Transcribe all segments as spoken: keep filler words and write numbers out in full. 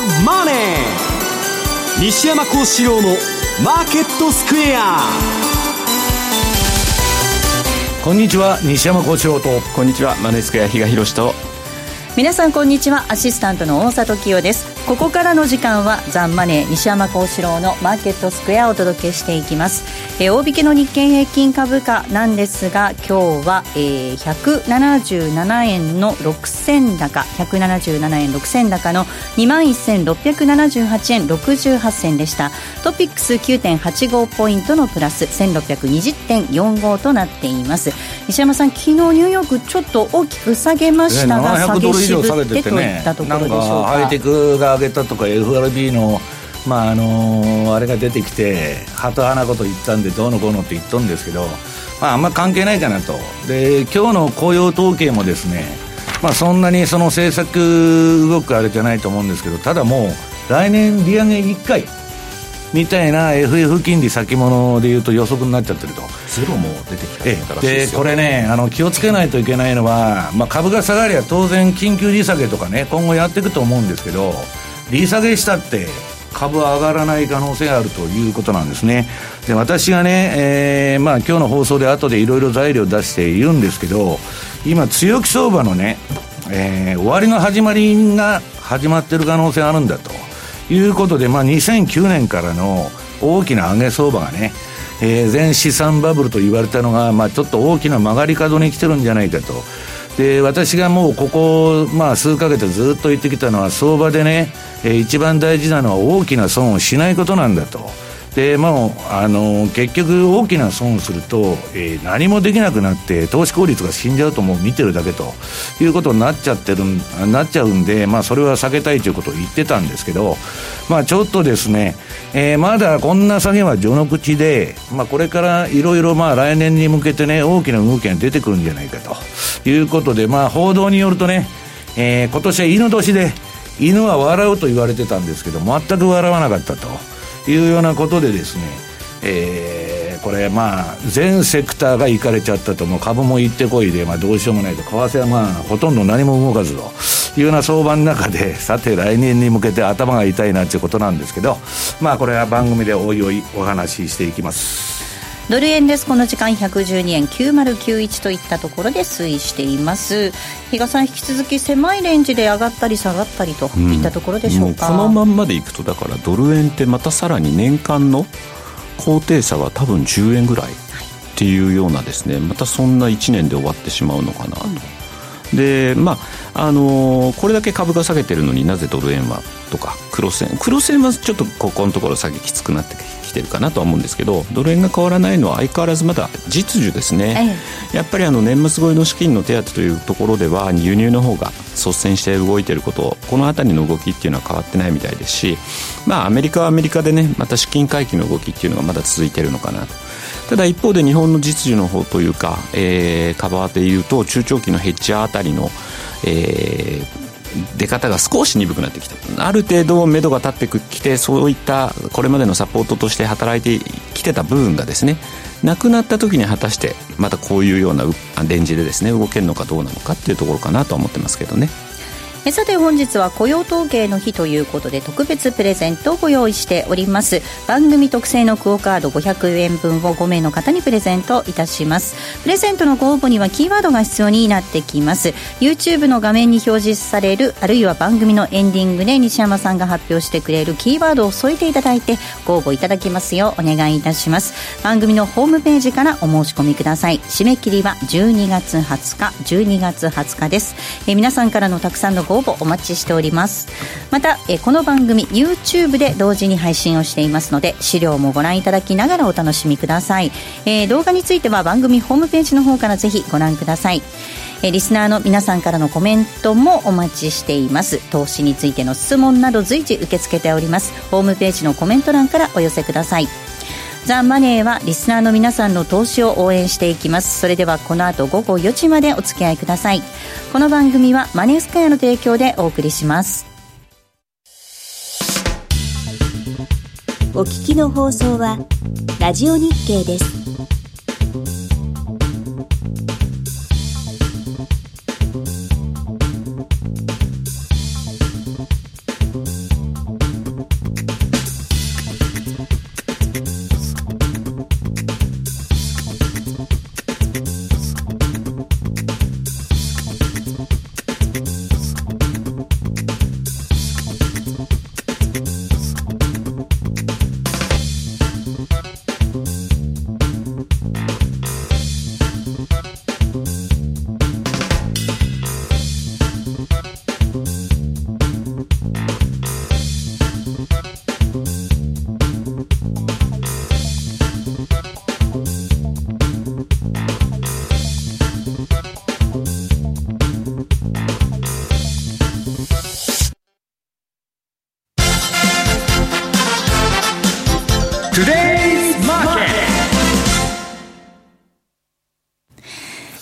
マネー」西山幸四郎のマーケットスクエア。 こんにちは、西山幸四郎と。 こんにちは、マネースクエア比嘉宏と。 皆さんこんにちは、アシスタントの大里清です。ここからの時間はザンマネー西山幸四郎のマーケットスクエアをお届けしていきます。えー、大引けの日経平均株価なんですが、今日は、えー、ひゃくななじゅうななえんのろく銭高、ひゃくななじゅうななえんろく銭高の にまんせんろっぴゃくななじゅうはちえんろくじゅうはち銭でした。トピックス きゅうてんはちご ポイントのプラス せんろっぴゃくにじゅってんよんご となっています。西山さん、昨日ニューヨークちょっと大きく下げましたが、下げしぶってといったところでしょうか。 なんかハイテクが上げたとか エフアールビー の、まああのー、あれが出てきてはとはなこと言ったんでどうのこうのって言っとるんですけど、まあ、あんま関係ないかなと。で今日の雇用統計もですね、まあ、そんなにその政策動くあれじゃないと思うんですけど、ただもう来年利上げいっかいみたいな エフエフ 金利先物でいうと予測になっちゃってると。 ゼロも出てきたらしいですよ。 でこれね、あの気をつけないといけないのは、まあ、株が下がりゃ当然緊急利下げとかね今後やっていくと思うんですけど、利下げしたって株は上がらない可能性があるということなんですね。で私がね、えーまあ、今日の放送で後でいろいろ材料を出して言うんですけど、今強気相場のね、えー、終わりの始まりが始まってる可能性があるんだということで、まあ、にせんきゅうねんからの大きな上げ相場がね、えー、全資産バブルと言われたのが、まあ、ちょっと大きな曲がり角に来てるんじゃないかと。で私がもうここ、まあ、数ヶ月ずっと言ってきたのは、相場でね、えー、一番大事なのは大きな損をしないことなんだと。でもうあの結局大きな損をすると、えー、何もできなくなって投資効率が死んじゃうと、もう見てるだけということになっちゃってるなっちゃうんで、まあ、それは避けたいということを言ってたんですけど、まあ、ちょっとですね、えー、まだこんな下げは序の口で、まあ、これからいろいろ来年に向けてね大きな動きが出てくるんじゃないかということで、まあ、報道によるとね、えー、今年は犬年で犬は笑うと言われてたんですけど、全く笑わなかったというようなことでですね、えー、これまあ全セクターがいかれちゃったと。もう株も行ってこいで、まあ、どうしようもないと。為替はまあほとんど何も動かずというような相場の中で、さて来年に向けて頭が痛いなということなんですけど、まあこれは番組でおいおいお話ししていきます。 ドル円です。この時間ひゃくじゅうにえんきゅうまるきゅういちといったところで推移しています。比嘉さん、引き続き狭いレンジで上がったり下がったりといったところでしょうか。 うん、もうこのまんまでいくと、だからドル円ってまたさらに年間の高低差が多分じゅうえんぐらいっていうようなですね、またそんないちねんで終わってしまうのかなと、うん、でまああのー、これだけ株が下げてるのになぜドル円はとか黒線黒線はちょっとここのところ下げきつくなってきてるかなとは思うんですけど、ドル円が変わらないのは相変わらずまだ実需ですね、ええ、やっぱりあの年末超えの資金の手当というところでは輸入の方が率先して動いていること、このあたりの動きっていうのは変わってないみたいですし、まあアメリカはアメリカでね、また資金回帰の動きっていうのがまだ続いているのかなと。ただ一方で日本の実需の方というか、えー、カバーでいうと中長期のヘッジャーあたりの、えー出方が少し鈍くなってきた。ある程度目処が立ってきて、そういったこれまでのサポートとして働いてきてた部分がですね、なくなった時に果たしてまたこういうようなレンジでですね動けるのかどうなのかっていうところかなとは思ってますけどね。 えさて本日は雇用統計の日ということで特別プレゼントをご用意しております。番組特製のクオカードごひゃくえんぶんをごめいの方にプレゼントいたします。プレゼントのご応募にはキーワードが必要になってきます。 YouTube の画面に表示される、あるいは番組のエンディングで西山さんが発表してくれるキーワードを添えていただいてご応募いただきますようお願いいたします。番組のホームページからお申し込みください。締め切りはじゅうにがつはつかじゅうにがつはつかです。え皆さんからのたくさんのご応募お待ちしております。またえこの番組 YouTube で同時に配信をしていますので、資料もご覧いただきながらお楽しみください。えー、動画については番組ホームページの方からぜひご覧ください。えー、リスナーの皆さんからのコメントもお待ちしています。投資についての質問など随時受け付けております。ホームページのコメント欄からお寄せください。ザ・マネーはリスナーの皆さんの投資を応援していきます。それではこの後午後よじまでお付き合いください。この番組はマネースクエアの提供でお送りします。 お聞きの放送はラジオ日経です。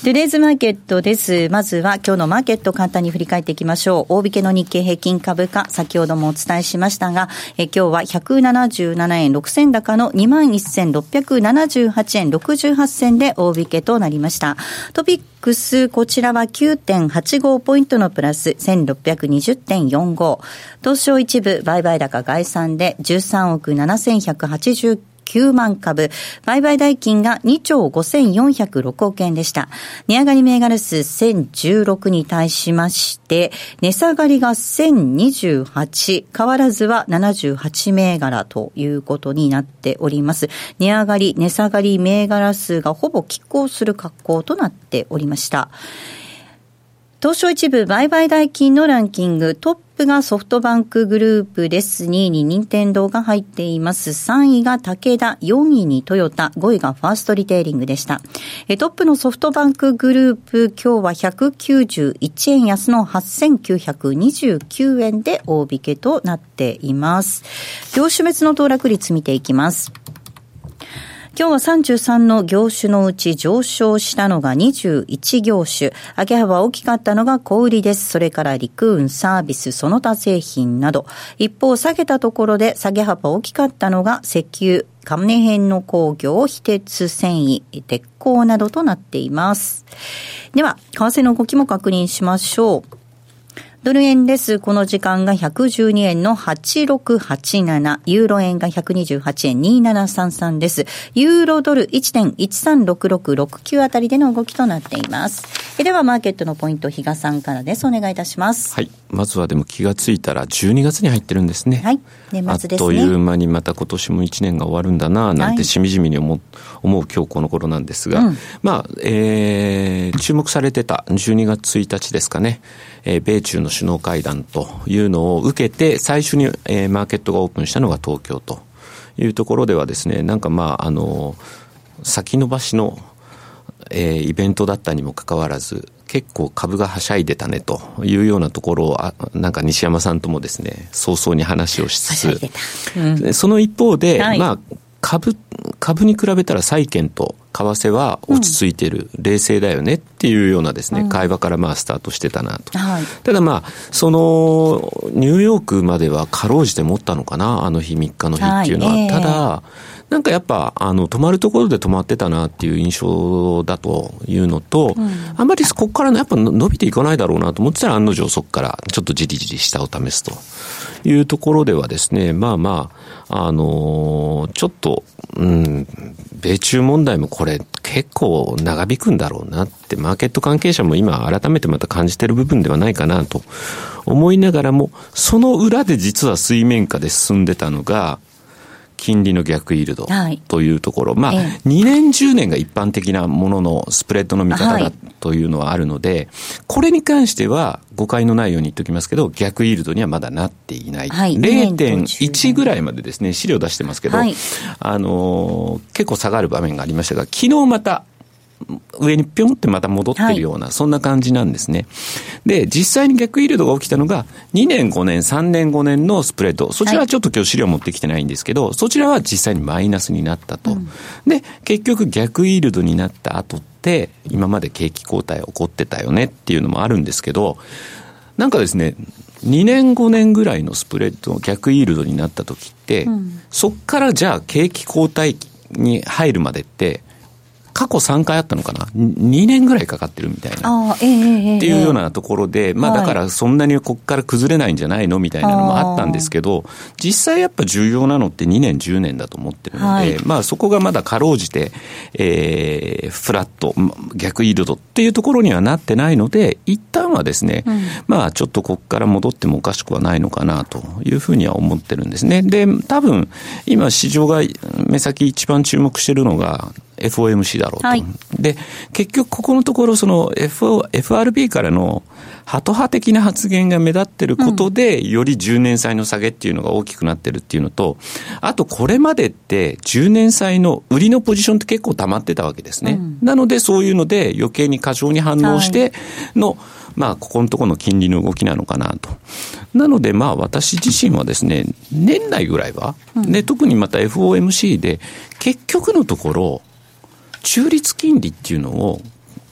トゥデイズマーケットです。まずは今日のマーケット簡単に振り返っていきましょう。大引けの日経平均株価、先ほどもお伝えしましたが、え今日はひゃくななじゅうななえんろくせん高の にまんせんろっぴゃくななじゅうはちえんろくじゅうはち銭で大引けとなりました。トピックス、こちらは きゅうてんはちご ポイントのプラス せんろっぴゃくにじゅってんよんご。東証一部売買高概算でじゅうさんおくななせんひゃくはちじゅうきゅうまん株、売買代金がにちょうごせんよんひゃくろくおくえんでした。値上がり銘柄数せんじゅうろくに対しまして、値下がりがせんにじゅうはち、変わらずはななじゅうはち銘柄ということになっております。値上がり、値下がり銘柄数がほぼ拮抗する格好となっておりました。東証一部売買代金のランキング、トップがソフトバンクグループです。にいに任天堂が入っています。さんいが武田、よんいにトヨタ、ごいがファーストリテイリングでした。えトップのソフトバンクグループ、今日はひゃくきゅうじゅういちえん安のはっせんきゅうひゃくにじゅうきゅうえんで大引けとなっています。業種別の騰落率見ていきます。今日はさんじゅうさんの業種のうち上昇したのがにじゅういち業種。上げ幅大きかったのが小売りです。それから陸運、サービス、その他製品など。一方、下げたところで下げ幅大きかったのが石油、金編の工業、非鉄繊維、鉄鋼などとなっています。では、為替の動きも確認しましょう。ドル円です。この時間がひゃくじゅうにえんのはちろくはちなな。ユーロ円がひゃくにじゅうはちえんにななさんさんです。ユーロドル いちてんいちさんろくろくろくきゅう あたりでの動きとなっています。ではマーケットのポイント、比嘉さんからです。お願いいたします。 はい。まずはでも気がついたらじゅうにがつに入ってるんですね。 はい。年末ですね。 あっという間にまた今年もいちねんが終わるんだななんてしみじみに思う、はい、思う今日この頃なんですが、うん、まあ、えー、注目されてたじゅうにがつついたちですかね、えー、米中の首脳会談というのを受けて最初に、えー、マーケットがオープンしたのが東京というところではですね、なんかまああの先延ばしの、えー、イベントだったにもかかわらず結構株がはしゃいでたねというようなところをあなんか西山さんともですね早々に話をしつつ、うん、その一方で、はい、まあ株株に比べたら債券と為替は落ち着いている、うん、冷静だよねっていうようなですね、うん、会話からまあスタートしてたなと、はい、ただまあそのニューヨークまではかろうじて持ったのかな、あの日みっかの日っていうのは、はい、ただなんかやっぱあの止まるところで止まってたなっていう印象だというのと、うん、あんまりここからやっぱ伸びていかないだろうなと思ってたら案の定そこからちょっとじりじり下を試すというところではですね、まあまああのー、ちょっと、うん、米中問題もこれ結構長引くんだろうなってマーケット関係者も今改めてまた感じてる部分ではないかなと思いながらも、その裏で実は水面下で進んでたのが金利の逆イールドというところ、はい、まあ、ええ、にねんじゅうねんが一般的なもののスプレッドの見方だというのはあるので、はい、これに関しては誤解のないように言っておきますけど逆イールドにはまだなっていない、はい、れいてんいち ぐらいまでですね資料出してますけど、はい、あのー、結構下がる場面がありましたが、昨日また上にピョンってまた戻ってるような、はい、そんな感じなんですね。で、実際に逆イールドが起きたのがにねんごねんさんねんごねんのスプレッド、そちらはちょっと今日資料持ってきてないんですけど、はい、そちらは実際にマイナスになったと、うん、で結局逆イールドになった後って今まで景気後退起こってたよねっていうのもあるんですけど、なんかですねにねんごねんぐらいのスプレッド逆イールドになった時って、うん、そっからじゃあ景気後退に入るまでって過去さんかいあったのかな、にねんぐらいかかってるみたいな、あ、えー、っていうようなところで、まあだからそんなにここから崩れないんじゃないのみたいなのもあったんですけど、実際やっぱ重要なのってにねんじゅうねんだと思ってるので、はい、まあそこがまだかろうじて、えー、フラット逆イールドっていうところにはなってないので、一旦はですね、うん、まあちょっとここから戻ってもおかしくはないのかなというふうには思ってるんですね。で、多分今市場が目先一番注目してるのがエフオーエムシー だろうと、はい、で結局ここのところその エフアールビー からのハト派的な発言が目立ってることで、うん、よりじゅうねん債の下げっていうのが大きくなってるっていうのと、あとこれまでってじゅうねん債の売りのポジションって結構溜まってたわけですね、うん、なのでそういうので余計に過剰に反応しての、はい、まあここのところの金利の動きなのかなと。なのでまあ私自身はですね年内ぐらいは、うん、で特にまた エフオーエムシー で結局のところ中立金利っていうのを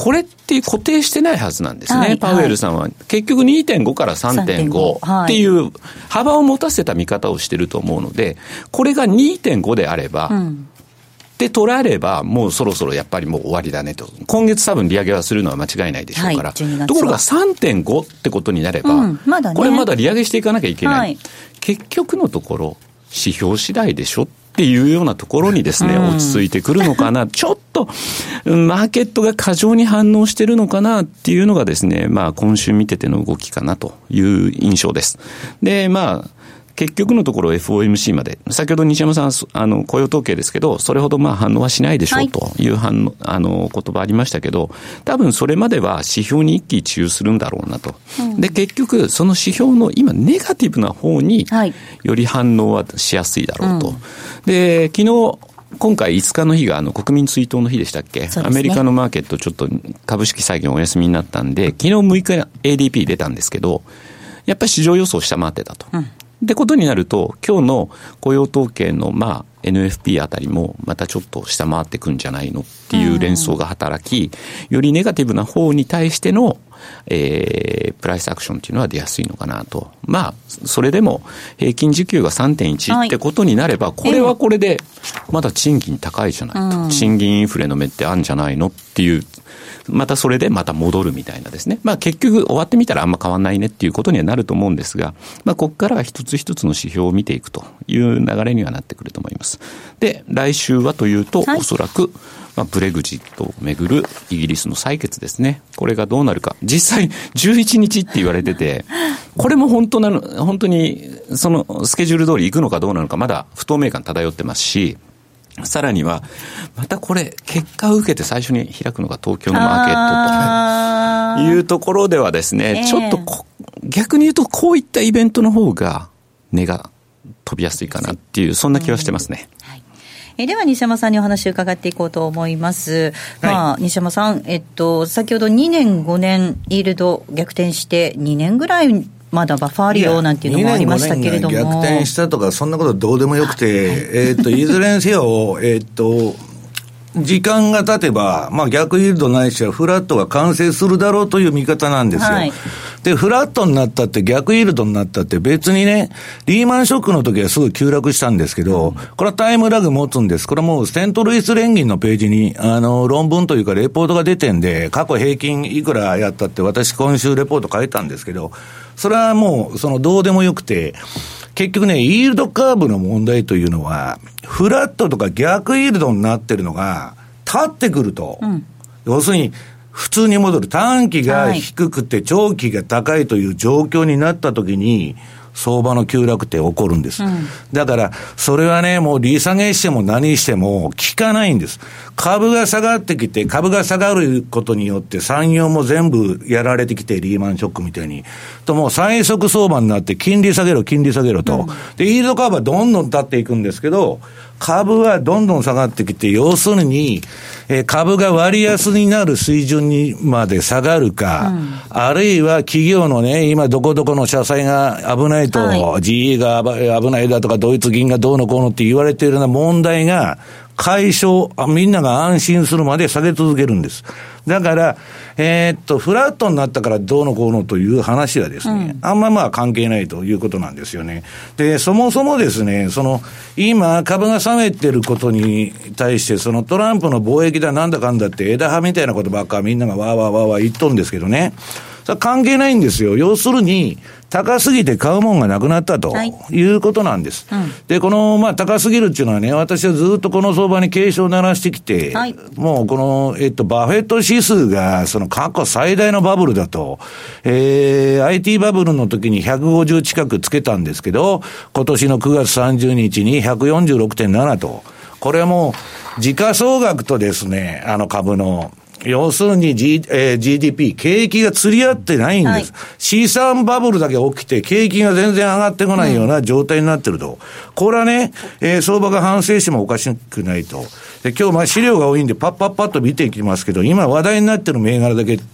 これって固定してないはずなんですね、はい、パウエルさんは、はい、結局 にてんご から さんてんご っていう幅を持たせた見方をしてると思うので、これが にてんご であれば、うんで捉えればもうそろそろやっぱりもう終わりだねと、今月多分利上げはするのは間違いないでしょうから、はい、ところが さんてんご ってことになれば、うんまだね、これまだ利上げしていかなきゃいけない、はい、結局のところ指標次第でしょっていうようなところにですね、うん、落ち着いてくるのかなちょっとマーケットが過剰に反応してるのかなっていうのがですね、まあ今週見てての動きかなという印象です。でまあ結局のところ エフオーエムシー まで、先ほど西山さん、あの、雇用統計ですけど、それほどまあ反応はしないでしょうという反応、あの、言葉ありましたけど、多分それまでは指標に一喜一憂するんだろうなと。うん、で、結局、その指標の今、ネガティブな方に、より反応はしやすいだろうと。うん、で、昨日、今回いつかの日があの国民追悼の日でしたっけ、ね、アメリカのマーケットちょっと株式債券お休みになったんで、昨日むいか エーディーピー 出たんですけど、やっぱり市場予想下回ってたと。うんってことになると、今日の雇用統計のまあ エヌエフピー あたりもまたちょっと下回ってくんじゃないのっていう連想が働き、よりネガティブな方に対しての、えー、プライスアクションっていうのは出やすいのかなと。まあそれでも平均時給が さんてんいち ってことになれば、これはこれでまだ賃金高いじゃないと、賃金インフレの目ってあるんじゃないのっていう、またそれでまた戻るみたいなですね。まあ結局終わってみたらあんま変わんないねっていうことにはなると思うんですが、まあここからは一つ一つの指標を見ていくという流れにはなってくると思います。で、来週はというと、はい、おそらく、まあ、ブレグジットをめぐるイギリスの採決ですね。これがどうなるか。実際じゅういちにちって言われてて、これも本当なの、本当にそのスケジュール通り行くのかどうなのかまだ不透明感漂ってますし、さらには、またこれ、結果を受けて最初に開くのが東京のマーケットというところではですね、えー、ちょっとこ逆に言うとこういったイベントの方が値が飛びやすいかなっていう、そんな気はしてますね。 はい、えでは西山さんにお話を伺っていこうと思います。はい、まあ、西山さん、えっと、先ほどにねんごねんイールド逆転してにねんぐらいまだバッファーあるよなんていうのもありましたけれども、 逆転したとかそんなことどうでもよくて、えー、っといずれにせよ、えー、っと時間が経てば、まあ、逆イールドないしはフラットが完成するだろうという見方なんですよ。はい、でフラットになったって逆イールドになったって別にね、リーマンショックの時はすぐ急落したんですけど、うん、これはタイムラグ持つんです。これはもうセントルイス連銀のページにあの論文というかレポートが出てんで、過去平均いくらやったって私今週レポート書いたんですけど、それはもうそのどうでもよくて、結局ね、イールドカーブの問題というのはフラットとか逆イールドになってるのが立ってくると、うん、要するに普通に戻る、短期が低くて長期が高いという状況になったときに相場の急落って起こるんです、うん、だからそれはね、もう利下げしても何しても効かないんです。株が下がってきて、株が下がることによって産業も全部やられてきて、リーマンショックみたいにと、もう最速相場になって金利下げろ金利下げろと、うん、でイールドカーブはどんどん立っていくんですけど、株はどんどん下がってきて、要するに、えー、株が割安になる水準にまで下がるか、うん、あるいは企業のね、今どこどこの社債が危ないと、はい、ジーイー が危ないだとかドイツ銀がどうのこうのって言われているような問題が解消、みんなが安心するまで下げ続けるんです。だから、えー、っと、フラットになったからどうのこうのという話はですね、うん、あんままあ関係ないということなんですよね。で、そもそもですね、その、今株が下げてることに対して、そのトランプの貿易だなんだかんだって枝葉みたいなことばっかみんながわーわーわーわー言っとるんですけどね。それは関係ないんですよ。要するに、高すぎて買うもんがなくなったということなんです。はい、うん、で、この、まあ、高すぎるっていうのはね、私はずっとこの相場に警鐘を鳴らしてきて、はい、もうこの、えっと、バフェット指数が、その過去最大のバブルだと、えー、アイティー バブルの時にひゃくごじゅう近くつけたんですけど、今年のくがつさんじゅうにちに ひゃくよんじゅうろくてんなな と、これはもう、時価総額とですね、あの株の、要するに、G えー、ジーディーピー、景気が釣り合ってないんです、はい、資産バブルだけ起きて景気が全然上がってこないような状態になってると、うん、これはね、えー、相場が反省してもおかしくないと。で、今日まあ資料が多いんでパッパッパッと見ていきますけど、今話題になってる銘柄だけ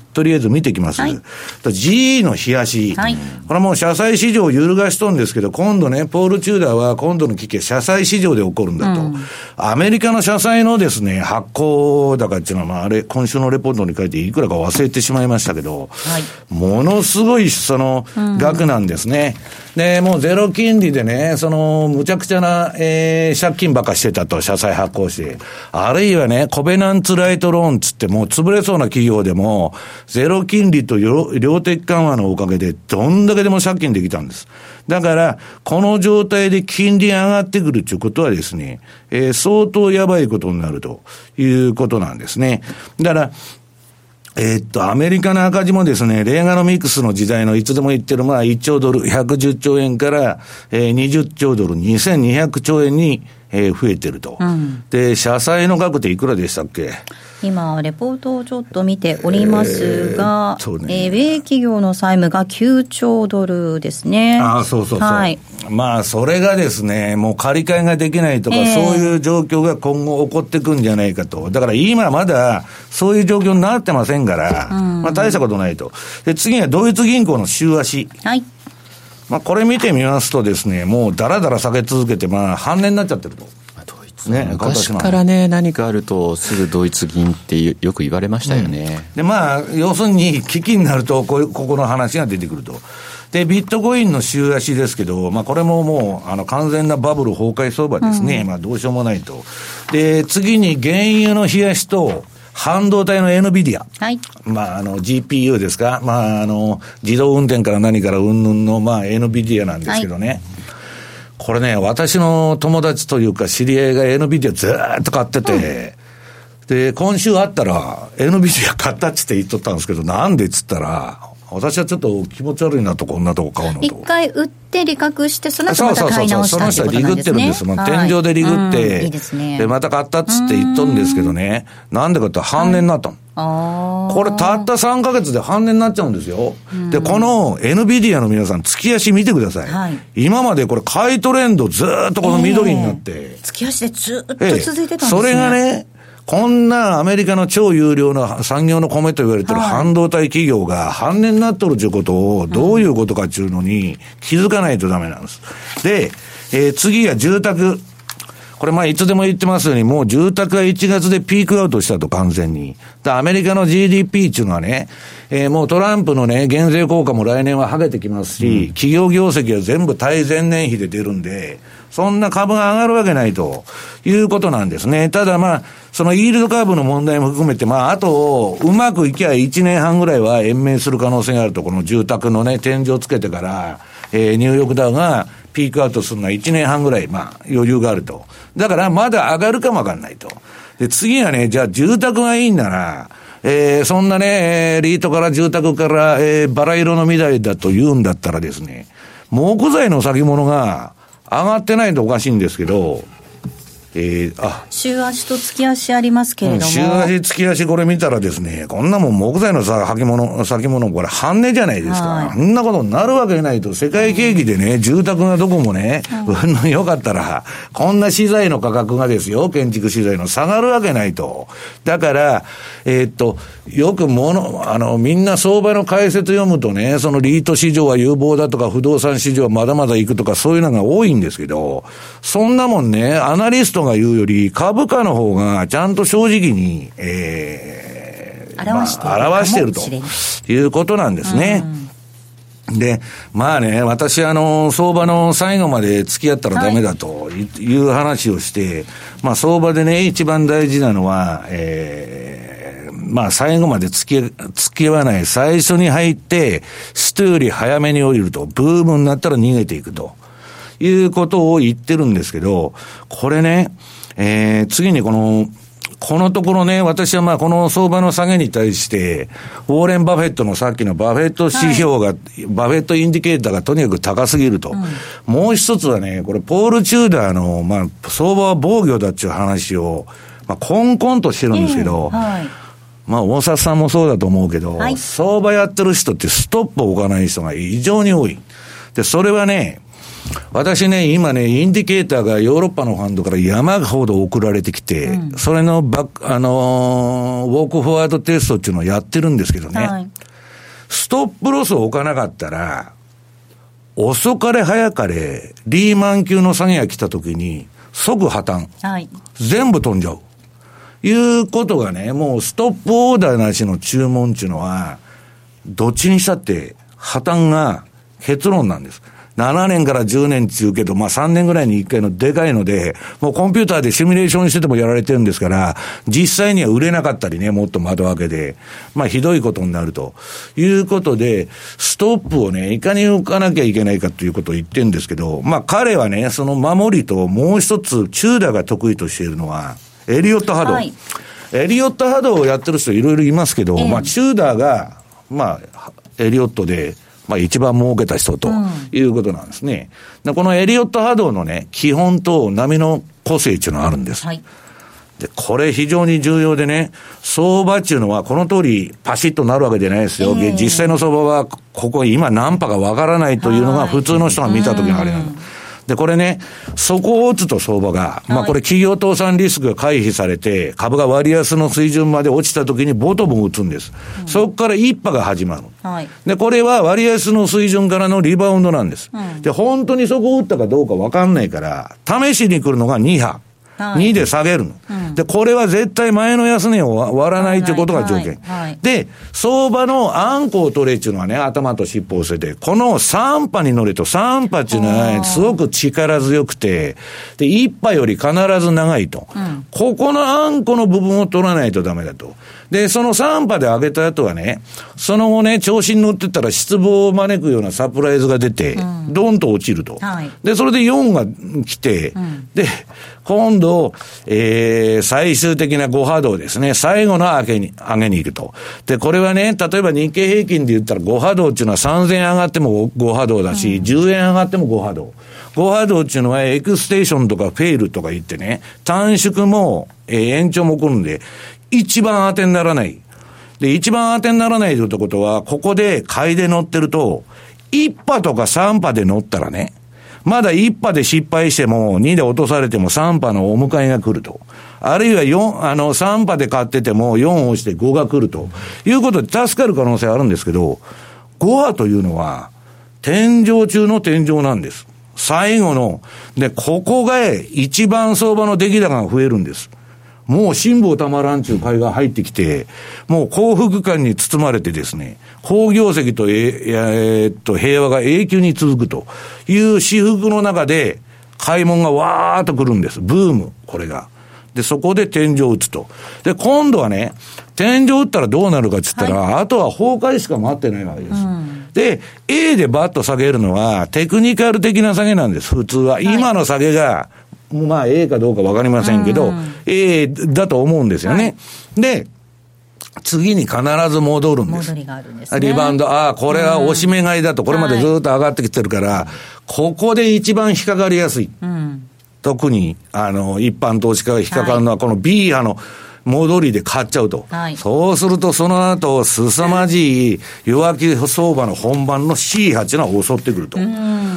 とりあえず見てきます。はい、ジーイー の冷やし、はい、これはもう社債市場を揺るがしとんですけど、今度ね、ポール・チューダーは今度の危機は社債市場で起こるんだと。うん、アメリカの社債のですね、発行高っていうのは、まあ、あれ、今週のレポートに書いていくらか忘れてしまいましたけど、はい、ものすごいその額なんですね。うん、で、もうゼロ金利でね、その、むちゃくちゃな、えー、借金ばっかしてたと、社債発行して。あるいはね、コベナンツライトローンつってもう潰れそうな企業でも、ゼロ金利と量的緩和のおかげで、どんだけでも借金できたんです。だから、この状態で金利上がってくるということはですね、えー、相当やばいことになるということなんですね。だから、えー、っと、アメリカの赤字もですね、レーガノミクスの時代のいつでも言ってる、まあいっちょうドル、ひゃくじゅっちょうえんから、えー、にじゅっちょうドル、にせんにひゃくちょうえんに、えー、増えてると、うん。で、社債の額っていくらでしたっけ？ 今、レポートをちょっと見ておりますが、えーねえー、米企業の債務がきゅうちょうドルですね。 ああ、そうそうそう。はい、まあ、それがですね、もう借り換えができないとか、えー、そういう状況が今後起こってくんじゃないかと。だから今まだそういう状況になってませんから、うん、まあ大したことないと。で、次はドイツ銀行の週足。はい。まあ、これ見てみますとですね、もうだらだら下げ続けて、まあ、半値になっちゃってると。 ね、昔からね、何かあるとすぐドイツ銀ってよく言われましたよね。 うん、で、まあ、要するに危機になるとこ、ここの話が出てくると。で、ビットコインの週足ですけど、まあ、これももう、あの、完全なバブル崩壊相場ですね。うん、まあ、どうしようもないと。で、次に原油の冷やしと、半導体のエヌビディア。はい。まあ、あの、ジーピーユー ですか。まあ、あの、自動運転から何からうんぬんの、まあ、エヌビディアなんですけどね。はい、これね、私の友達というか知り合いが エヌビディアずーっと買ってて、うん、で、今週会ったら エヌビディア買ったっつって言っとったんですけど、なんでっつったら、私はちょっと気持ち悪いなとこんなとこ買うのと。 一回売って利確して、その後また買い直したってことなんですね。そうそうそう、その人はリグってるんです。まあ、天井でリグって、うん、いいですね。で、また買ったっつって言っとるんですけどね、なんでかって半値になったの。はい、これたったさんかげつで半値になっちゃうんですよ。で、この エヌビディアの皆さん、月足見てください。はい、今までこれ買いトレンドずーっとこの緑になって。えー、月足でずっと続いてたんですね。 それがね、こんなアメリカの超有料な産業の米と言われてる半導体企業が半値になっとるということをどういうことかっていうのに気づかないとダメなんです。で、えー、次は住宅。これまあいつでも言ってますように、もう住宅はいちがつでピークアウトしたと完全に。で、アメリカの ジーディーピー っていうのはね、えー、もうトランプのね、減税効果も来年は剥げてきますし、うん、企業業績は全部対前年比で出るんで、そんな株が上がるわけないということなんですね。ただまあ、そのイールドカーブの問題も含めて、まあ、あと、うまくいきゃいちねんはんぐらいは延命する可能性があると、この住宅のね、天井つけてから、えー、ニューヨークダウがピークアウトするのはいちねんはんぐらい、まあ、余裕があると。だから、まだ上がるかもわかんないと。で、次はね、じゃあ住宅がいいんなら、えー、そんなね、リートから住宅から、えー、バラ色の未来だと言うんだったらですね、木材の先物が上がってないとおかしいんですけど、えー、あ。 週足と月足ありますけれども。 週足、月足これ見たらですね、こんなもん木材のさ、先物、先物、これ半値じゃないですか。はい、そんなことになるわけないと、世界景気でね、住宅がどこもね、うんのよかったら、こんな資材の価格がですよ、建築資材の下がるわけないと。だから、えー、っと、よくもの、あの、みんな相場の解説読むとね、そのリート市場は有望だとか、不動産市場はまだまだ行くとか、そういうのが多いんですけど、そんなもんね、アナリストが言うより株価の方がちゃんと正直に、えー、表している、 まあ、表しているということなんですね。うん、で、まあね、私あの、相場の最後まで付き合ったらダメだという話をして、はい、まあ相場でね、一番大事なのは、えー、まあ最後まで付き、付き合わない。最初に入って、人より早めに降りると、ブームになったら逃げていくと。いうことを言ってるんですけど、これね、えー、次にこの、このところね、私はまあこの相場の下げに対して、ウォーレン・バフェットのさっきのバフェット指標が、はい、バフェットインディケーターがとにかく高すぎると。うん、もう一つはね、これポール・チューダーの、まあ相場は防御だっていう話を、まあコンコンとしてるんですけど、えーはい、まあ大札さんもそうだと思うけど、はい、相場やってる人ってストップを置かない人が異常に多い。で、それはね、私ね、今ね、インディケーターがヨーロッパのファンドから山ほど送られてきて、うん、それのバック、あのー、ウォークフォワードテストっていうのをやってるんですけどね。はい、 トップロスを置かなかったら、遅かれ早かれ、リーマン級の下げが来た時に、即破綻。はい。全部飛んじゃう。いうことがね、もうストップオーダーなしの注文っていうのは、どっちにしたって破綻が結論なんです。ななねんからじゅうねんっていうけど、まあさんねんぐらいにいっかいのでかいので、もうコンピューターでシミュレーションしててもやられてるんですから、実際には売れなかったりね、もっと窓開けで、まあひどいことになるということで、ストップをね、いかに置かなきゃいけないかということを言ってるんですけど、まあ彼はね、その守りともう一つ、チューダーが得意としているのは、エリオット波動。はい、エリオット波動をやってる人いろいろいますけど、えー、まあチューダーが、まあ、エリオットで、まあ一番儲けた人ということなんですね。うん、でこのエリオット波動のね、基本と波の個性っていうのがあるんです。はい、で、これ非常に重要でね、相場っていうのはこの通りパシッとなるわけじゃないですよ。えー、実際の相場はここ今何波かわからないというのが普通の人が見たときのあれなんです。で、これね、そこを打つと相場が、まあこれ企業倒産リスクが回避されて、株が割安の水準まで落ちた時にボトムを打つんです。うん、そこから一波が始まる。はい、で、これは割安の水準からのリバウンドなんです。うん、で、本当にそこを打ったかどうかわかんないから、試しに来るのがに波。はい、にで下げるの、うん。で、これは絶対前の安値を割らないということが条件。はいはい、で、相場のあんこを取れっていうのはね、頭と尻尾を捨てて、このさん波に乗れとさん波っていうのはすごく力強くて、で、いち波より必ず長いと。うん、ここのあんこの部分を取らないとダメだと。で、そのさん波で上げた後はね、その後ね、調子に乗ってったら失望を招くようなサプライズが出て、うん、ドンと落ちると。はい、で、それでよんが来て、うん、で、今度、えー、最終的なご波動ですね。最後の上げに、上げに行くと。で、これはね、例えば日経平均で言ったらご波動っていうのはさんぜんえん上がってもご波動だし、うん、じゅうえん上がってもご波動。ご波動っていうのはエクステーションとかフェイルとか言ってね、短縮も、えー、延長も起こるんで、一番当てにならない。で、一番当てにならないということは、ここで買いで乗ってると、いち波とかさん波で乗ったらね、まだいち波で失敗しても、にで落とされてもさん波のお迎えが来ると。あるいはよん、あの、さん波で買っててもよん押してごが来ると。いうことで助かる可能性あるんですけど、ご波というのは、天井中の天井なんです。最後の、で、ここが一番相場の出来高が増えるんです。もう辛抱たまらんちゅう買いが入ってきて、もう幸福感に包まれてですね、好業績と、ええー、っと平和が永久に続くという私服の中で、買い物がわーっと来るんです。ブーム、これが。で、そこで天井を打つと。で、今度はね、天井打ったらどうなるかって言ったら、はい、あとは崩壊しか待ってないわけです。うん、で、A でバッと下げるのは、テクニカル的な下げなんです、普通は。はい、今の下げが、まあ A かどうかわかりませんけど、うん、A だと思うんですよね。はい、で、次に必ず戻るんです。 戻りがあるんですね。 リバウンド、ああ、これは押し目買いだと、これまでずっと上がってきてるから、はい、ここで一番引っかかりやすい。うん、特に、あの、一般投資家が引っかかるのは、この B 波の戻りで買っちゃうと。はい、そうすると、その後、凄まじい弱気相場の本番の シーはち が襲ってくると。うん、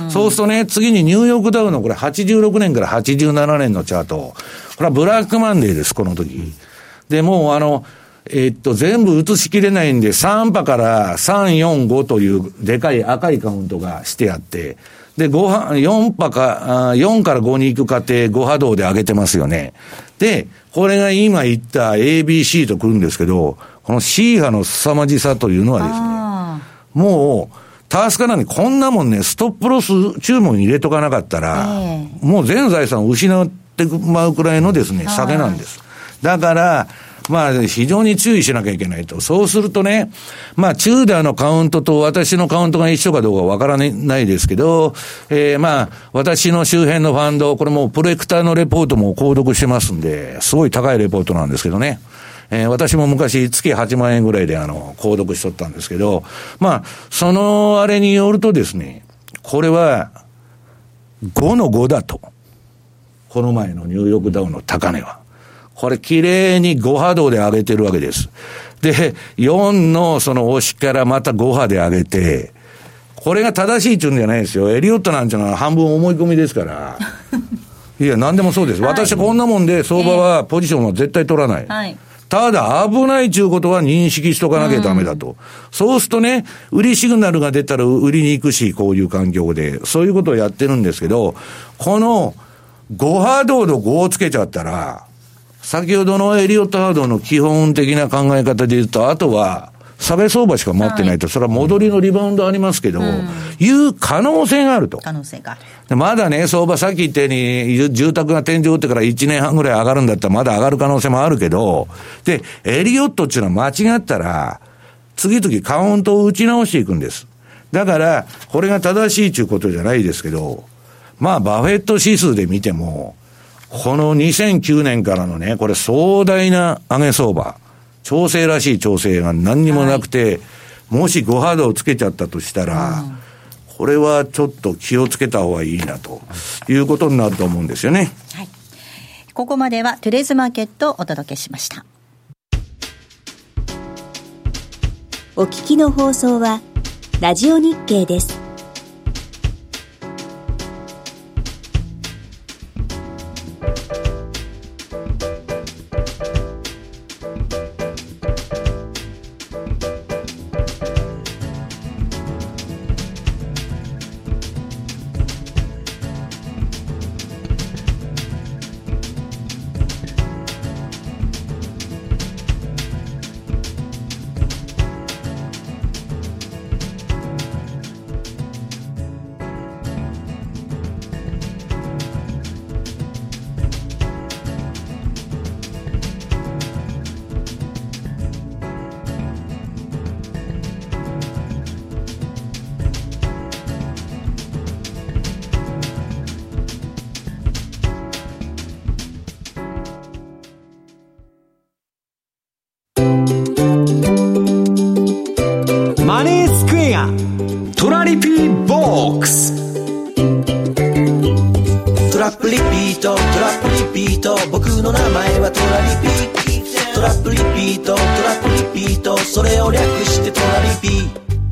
そうするとね、次にニューヨークダウのこれはちじゅうろくねんからはちじゅうななねんのチャート。これはブラックマンデーです、この時。で、もうあの、えー、っと、全部映しきれないんで、さん波からさん、よん、ごというでかい赤いカウントがしてあって、で、ご波、よん波か、よんからごに行く過程、ご波動で上げてますよね。で、これが今言った エービーシー と来るんですけど、この C 波の凄まじさというのはですね、もう、タスカなんでこんなもんね、ストップロス注文入れとかなかったら、えー、もう全財産を失ってしまうくらいのですね、下げなんです。だから、まあ、非常に注意しなきゃいけないと。そうするとね、まあ、チューダーのカウントと私のカウントが一緒かどうかわからないですけど、えー、まあ、私の周辺のファンド、これもプロエクターのレポートも購読してますんで、すごい高いレポートなんですけどね。えー、私も昔月はちまんえんぐらいであの、購読しとったんですけど、まあ、そのあれによるとですね、これはごのごだと。この前のニューヨークダウの高値は。これ綺麗にご波動で上げてるわけです。で、よんのその押しからまたご波で上げて、これが正しいっていうんじゃないですよ。エリオットなんていうのは半分思い込みですから。いや、何でもそうです。私はこんなもんで相場はポジションは絶対取らない。はい、 ただ危ないということは認識しとかなきゃダメだと、うん、そうするとね、売りシグナルが出たら売りに行くし、こういう環境でそういうことをやってるんですけど、このご波動のごをつけちゃったら、先ほどのエリオット波動の基本的な考え方で言うと、あとは下げ相場しか待ってないと、はい、それは戻りのリバウンドありますけど、うん、いう可能性があると。 可能性がある。 でまだね、相場さっき言ったように、住宅が天井打ってからいちねんはんぐらい上がるんだったらまだ上がる可能性もあるけど、で、エリオットっていうのは間違ったら、次々カウントを打ち直していくんです。だから、これが正しいということじゃないですけど、まあ、バフェット指数で見ても、このにせんきゅうねんからのね、これ壮大な上げ相場、調整らしい調整が何にもなくて、はい、もしご波動をつけちゃったとしたら、うん、これはちょっと気をつけた方がいいなということになると思うんですよね。 はい、ここまではトゥデイズマーケットをお届けしました。 お聞きの放送はラジオ日経です。 トラリピーボックス。 トラップリピート、トラップリピート、僕の名前はトラリピ。トラップリピート、トラップリピート、それを略してトラリピ。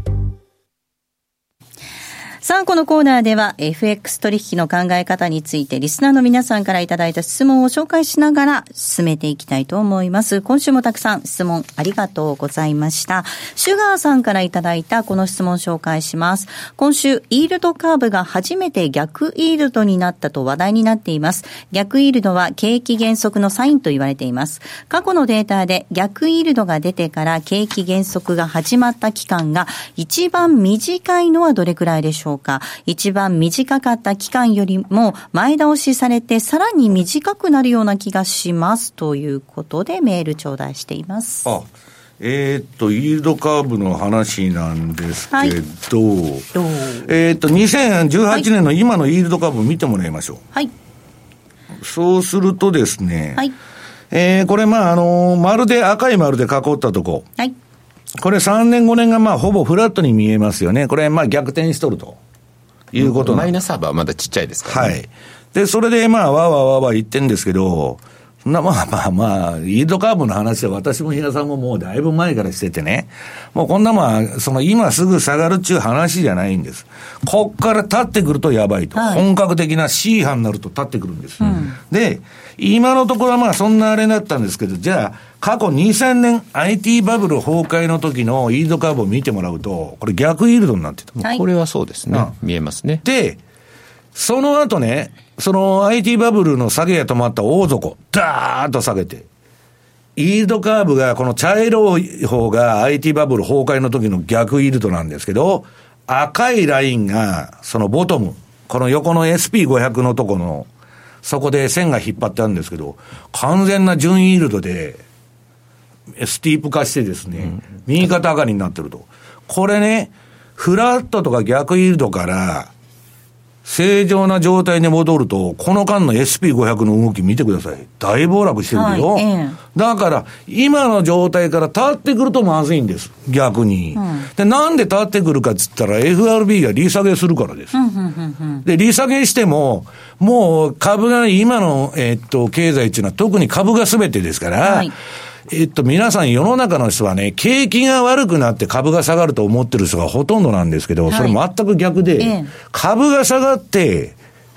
さあ、このコーナーでは エフエックス 取引の考え方についてリスナーの皆さんからいただいた質問を紹介しながら進めていきたいと思います。今週もたくさん質問ありがとうございました。シュガーさんからいただいたこの質問を紹介します。今週イールドカーブが初めて逆イールドになったと話題になっています。逆イールドは景気減速のサインと言われています。過去のデータで逆イールドが出てから景気減速が始まった期間が一番短いのはどれくらいでしょうか。一番短かった期間よりも前倒しされてさらに短くなるような気がしますということでメール頂戴しています。 あ、えー、っとイールドカーブの話なんですけど、はい、えー、っとにせんじゅうはちねんの今のイールドカーブを見てもらいましょう。はい。そうするとですね、はい、えー、これまああの丸で赤い丸で囲ったとこ、はい、これさんねんごねんがまあほぼフラットに見えますよね。これまあ逆転しとるということマイナス幅はまだちっちゃいですからね。はい。 で、それでまあ、わーわーわーわー言ってんですけど、そんなまあまあまあ、イールドカーブの話は私も比嘉さんももうだいぶ前からしててね、もうこんなまあ、その今すぐ下がるっていう話じゃないんです。こっから立ってくるとやばいと。はい、本格的な C 波になると立ってくるんです。うん、で、今のところはまあそんなあれだったんですけど、じゃあ、過去にせんねん アイティー バブル崩壊の時のイールドカーブを見てもらうと、これ逆イールドになってた。 はい、これはそうですね。うん、見えますね。 で、その後ね、その アイティー バブルの下げが止まった大底、ダーッと下げて、イールドカーブがこの茶色い方が アイティー バブル崩壊の時の逆イールドなんですけど、赤いラインがそのボトム、この横の エスピーごひゃく のとこの、そこで線が引っ張ってあるんですけど、完全な準イールドで、スティープ化してですね、うん、右肩上がりになってると。これね、フラットとか逆イールドから正常な状態に戻ると、この間の エスピーごひゃく の動き見てください。大暴落してるけど、はい、えー、だから今の状態から立ってくるとまずいんです、逆に、うん、でなんで立ってくるかっつったら エフアールビー が利下げするからです、うんうんうんうん、で利下げしてももう株が今の、えー、っと経済っていうのは特に株が全てですから、はい、えっと、皆さん世の中の人はね、景気が悪くなって株が下がると思ってる人がほとんどなんですけど、はい、それ全く逆で、ええ、株が下がって、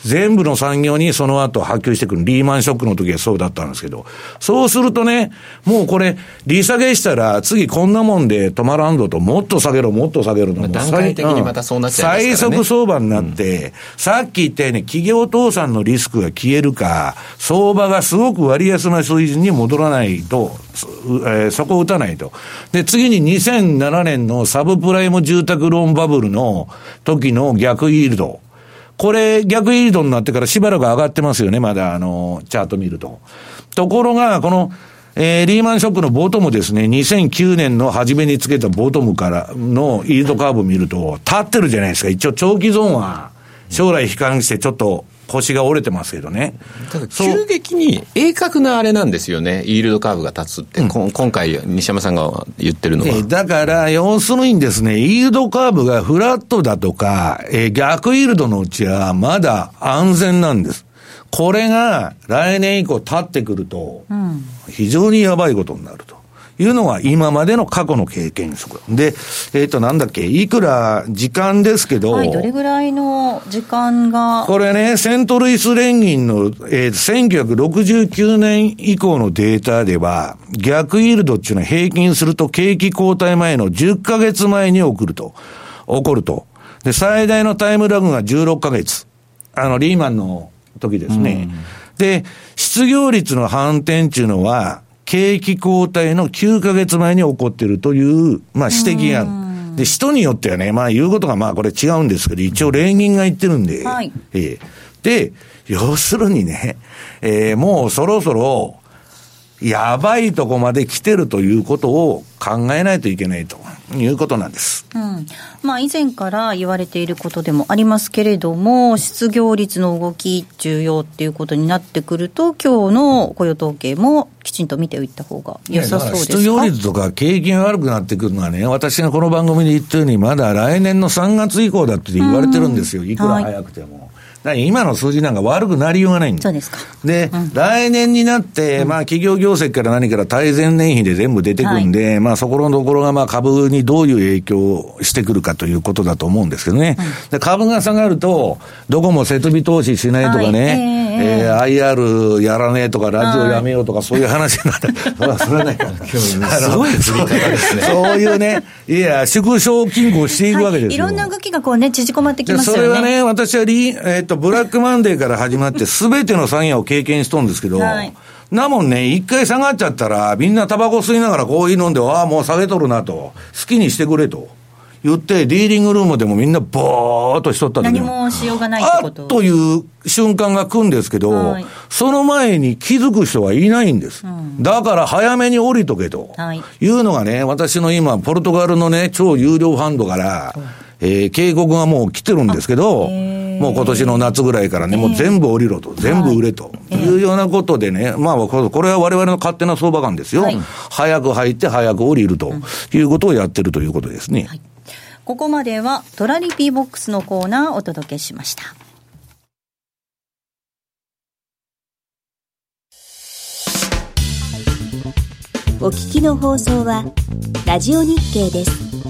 全部の産業にその後波及してくる。リーマンショックの時はそうだったんですけど、そうするとね、もうこれ利下げしたら次こんなもんで止まらんぞと、もっと下げろもっと下げるのも、 段階的にまたそうなっちゃいますからね。 最速相場になって、うん、さっき言ったように企業倒産のリスクが消えるか、相場がすごく割安な水準に戻らないと、えー、そこを打たないと。で、次ににせんななねんのサブプライム住宅ローンバブルの時の逆イールド。これ逆イールドになってからしばらく上がってますよね、まだあの、チャート見ると。ところが、この、えー、リーマンショックのボトムですね、にせんきゅうねんの初めにつけたボトムからのイールドカーブ見ると、立ってるじゃないですか。一応長期ゾーンは、将来悲観してちょっと、腰が折れてますけどね。 ただ急激に鋭角なあれなんですよね、イールドカーブが立つって、うん、今回西山さんが言ってるのは、えー、だから要するにですね、イールドカーブがフラットだとか、えー、逆イールドのうちはまだ安全なんです。これが来年以降立ってくると非常にやばいことになるというのが今までの過去の経験則で、えっとなんだっけ、いくら時間ですけど、 はい、どれぐらいの時間が、 これね、セントルイス連銀の、えー、せんきゅうひゃくろくじゅうきゅうねん以降のデータでは、逆イールドっていうのは平均すると景気後退前のじゅっかげつまえに起こると起こると。で、最大のタイムラグがじゅうろっかげつ、あのリーマンの時ですね。で、失業率の反転っていうのは景気後退のきゅうかげつまえに起こっているという、まあ指摘がある。で、人によってはね、まあ言うことがまあこれ違うんですけど、一応連銀が言ってるんで、はい、えー、で、要するにね、えー、もうそろそろ、やばいとこまで来てるということを考えないといけないということなんです。 うん、まあ以前から言われていることでもありますけれども、失業率の動き重要っていうことになってくると、今日の雇用統計もきちんと見ておいた方が良さそうですか。 失業率とか景気が悪くなってくるのはね、私がこの番組で言ったようにまだ来年のさんがつ以降だって言われてるんですよ、いくら早くても。はい、今の数字なんか悪くなりようがないんです。 そうですか。 で、 うん、 来年になって、うん、まあ企業業績から何から対前年比で全部出てくるんで、はい、まあそこのところがまあ株にどういう影響をしてくるかということだと思うんですけどね。うん、で、株が下がると、どこも設備投資しないとかね、はい、えーえー、アイアール やらねえとか、ラジオやめようとか、そういう話になって、それはそれないから。 すごい振り方ですね。 そういうね、いや、縮小均衡していくわけですよ。はい、 いろんな動きがこうね、縮こまってきますよね。 それはね、私はリ、えっと、ブラックマンデーから始まって全ての産業を経験しとんですけど、はい、なもんね、一回下がっちゃったらみんなタバコ吸いながらコーヒー飲んで、ああもう下げとるなと、好きにしてくれと言って、ディーリングルームでもみんなボーっとしとった時に何もしようがないってことあっという瞬間が来るんですけど、はい、その前に気づく人はいないんです、うん、だから早めに降りとけと、はい、いうのがね、私の今ポルトガルのね超有料ファンドから、うんえー、警告がもう来てるんですけど、もう今年の夏ぐらいからね、もう全部降りろと、全部売れというようなことでね、まあこれは我々の勝手な相場感ですよ、はい、早く入って早く降りるということをやってるということですね、はい、 ここまではトラリピーボックスのコーナーをお届けしました。 お聞きの放送はラジオ日経です。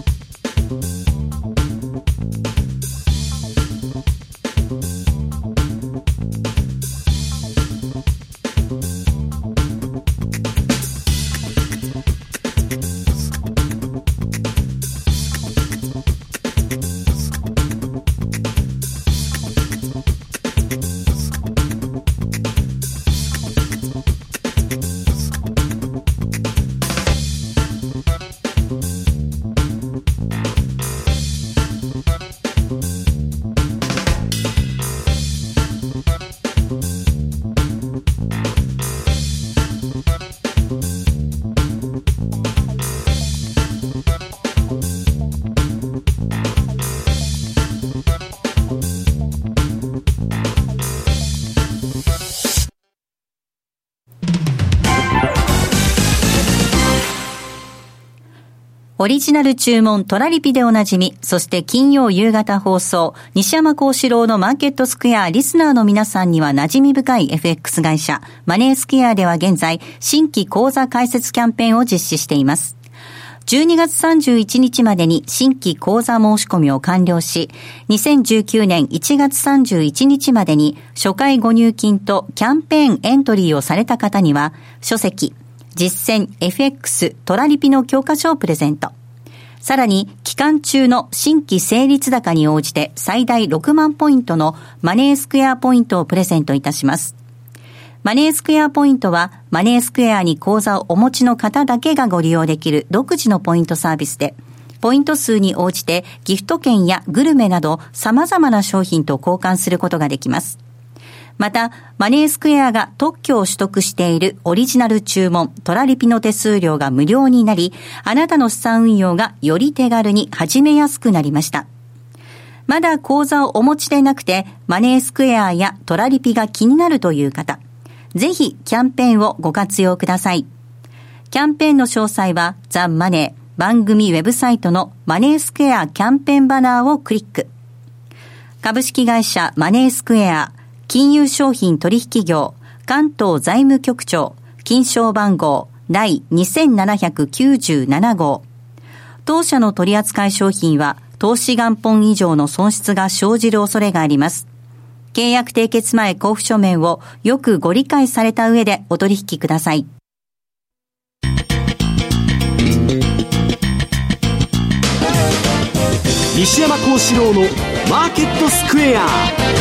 オリジナル注文トラリピでおなじみ、そして金曜夕方放送、西山幸四郎のマーケットスクエアリスナーの皆さんには馴染み深い エフエックス 会社、マネースクエアでは現在、新規口座開設キャンペーンを実施しています。 じゅうにがつさんじゅういちにちまでに新規口座申し込みを完了し、にせんじゅうきゅうねんいちがつさんじゅういちにちまでに初回ご入金とキャンペーンエントリーをされた方には、書籍、実践 エフエックス トラリピの教科書をプレゼント。さらに、期間中の新規成立高に応じて最大ろくまんポイントのマネースクエアポイントをプレゼントいたします。マネースクエアポイントは、マネースクエアに口座をお持ちの方だけがご利用できる独自のポイントサービスで、ポイント数に応じてギフト券やグルメなど様々な商品と交換することができます。また、マネースクエアが特許を取得しているオリジナル注文、トラリピの手数料が無料になり、あなたの資産運用がより手軽に始めやすくなりました。まだ口座をお持ちでなくて、マネースクエアやトラリピが気になるという方、ぜひキャンペーンをご活用ください。キャンペーンの詳細はザ・マネー番組ウェブサイトのマネースクエアキャンペーンバナーをクリック。株式会社マネースクエア金融商品取引業関東財務局長金賞番号第にせんななひゃくきゅうじゅうなな号。当社の取扱い商品は投資元本以上の損失が生じる恐れがあります。契約締結前交付書面をよくご理解された上でお取引ください。 西山幸四郎のマーケットスクエア。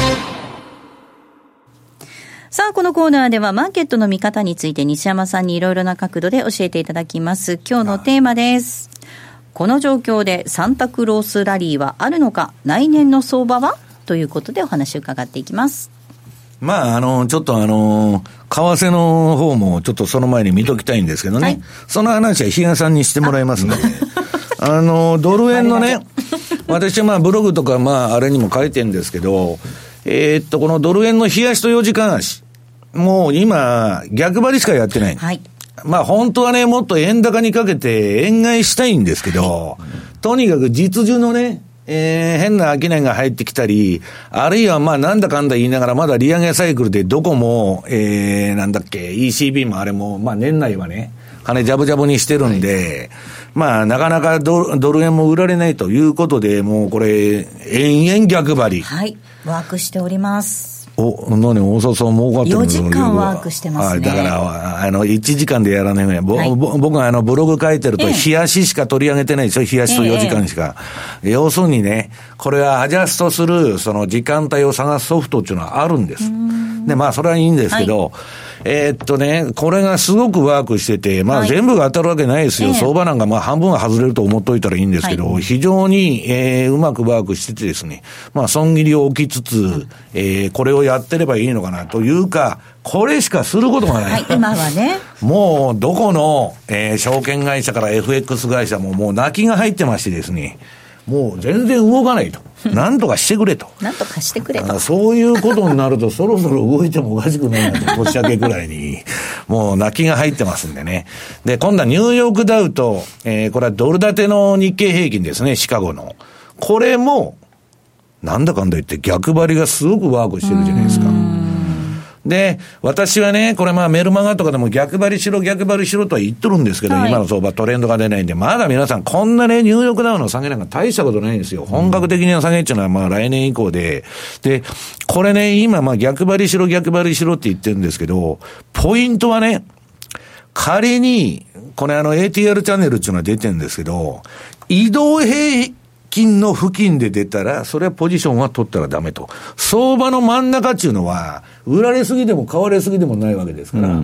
さあ、このコーナーではマーケットの見方について西山さんにいろいろな角度で教えていただきます。今日のテーマです。この状況でサンタクロースラリーはあるのか、来年の相場はということでお話を伺っていきます。 まあ、あの、ちょっとあの、為替の方もちょっとその前に見ときたいんですけどね。はい、その話は比嘉さんにしてもらいますので。あ, あの、ドル円のね、私はまあブログとかまああれにも書いてるんですけど、えー、っと、このドル円の日足とよじかん足。もう今、逆張りしかやってない。はい。まあ本当はね、もっと円高にかけて円買いしたいんですけど、はい、とにかく実需のね、えー、変な商いが入ってきたり、あるいはまあなんだかんだ言いながらまだ利上げサイクルでどこも、えー、なんだっけ、イーシービー もあれも、まあ年内はね、金ジャブジャブにしてるんで、はい、まあなかなか ド, ドル円も売られないということで、もうこれ、延々逆張り。 はい、ワークしております。 お、何、大沢さん儲かってるんですか？よじかんワークしてますね。 はい、だから、あの、いちじかんでやらないぐらい。ぼ、はい、僕はあの、ブログ書いてると、日足しか取り上げてないでしょ、日足とよじかんしか。ええ、要するにね、これはアジャストする、その時間帯を探すソフトっていうのはあるんです。で、まあ、それはいいんですけど、はい、えー、っとね、これがすごくワークしてて、まあ、全部が当たるわけないですよ。はい、相場なんかまあ、半分は外れると思っといたらいいんですけど、はい、非常に、えー、うまくワークしててですね、まあ、損切りを置きつつ、えー、これをやってればいいのかなというか、これしかすることがない。 はい、今はね。 もう、どこの、えー、証券会社から エフエックス 会社ももう泣きが入ってましてですね、もう全然動かないと。なんとかしてくれと。 なんとかしてくれと。 そういうことになると、そろそろ動いてもおかしくないなと、年明けくらいに。もう泣きが入ってますんでね。で、今度はニューヨークダウと、えー、これはドル建ての日経平均ですね、シカゴの。これも、なんだかんだ言って逆張りがすごくワークしてるじゃないですか。で、私はね、これまあメルマガとかでも逆張りしろ逆張りしろとは言っとるんですけど、はい、今の相場トレンドが出ないんで、まだ皆さんこんなね、ニューヨークダウの下げなんか大したことないんですよ。本格的な下げっていうのはまあ来年以降で、で、これね、今まあ逆張りしろ逆張りしろって言ってるんですけど、ポイントはね、仮に、これあの エーティーアール チャンネルっていうのは出てるんですけど、移動平均の付近で出たら、それはポジションは取ったらダメと。相場の真ん中っていうのは、売られすぎでも買われすぎでもないわけですから、うんうん、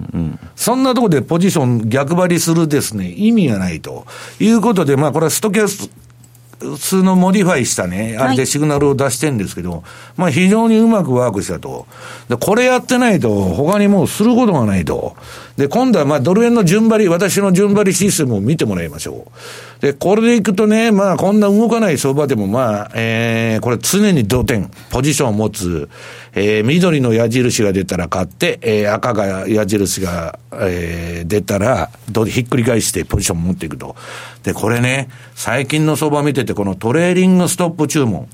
そんなところでポジション逆張りするですね、意味がないということで、まあこれはストキャススのモディファイしたね、あれでシグナルを出してるんですけど、はい、まあ非常にうまくワークしたと。で、これやってないと、他にもうすることがないと。で、今度はまあドル円の順張り、私の順張りシステムを見てもらいましょう。で、これでいくとね、まあこんな動かない相場でもまあ、えー、これ常に同点、ポジションを持つ、えー、緑の矢印が出たら買って、えー、赤が矢印が、えー、出たら、ひっくり返してポジションを持っていくと。で、これね、最近の相場見てて、このトレーリングストップ注文。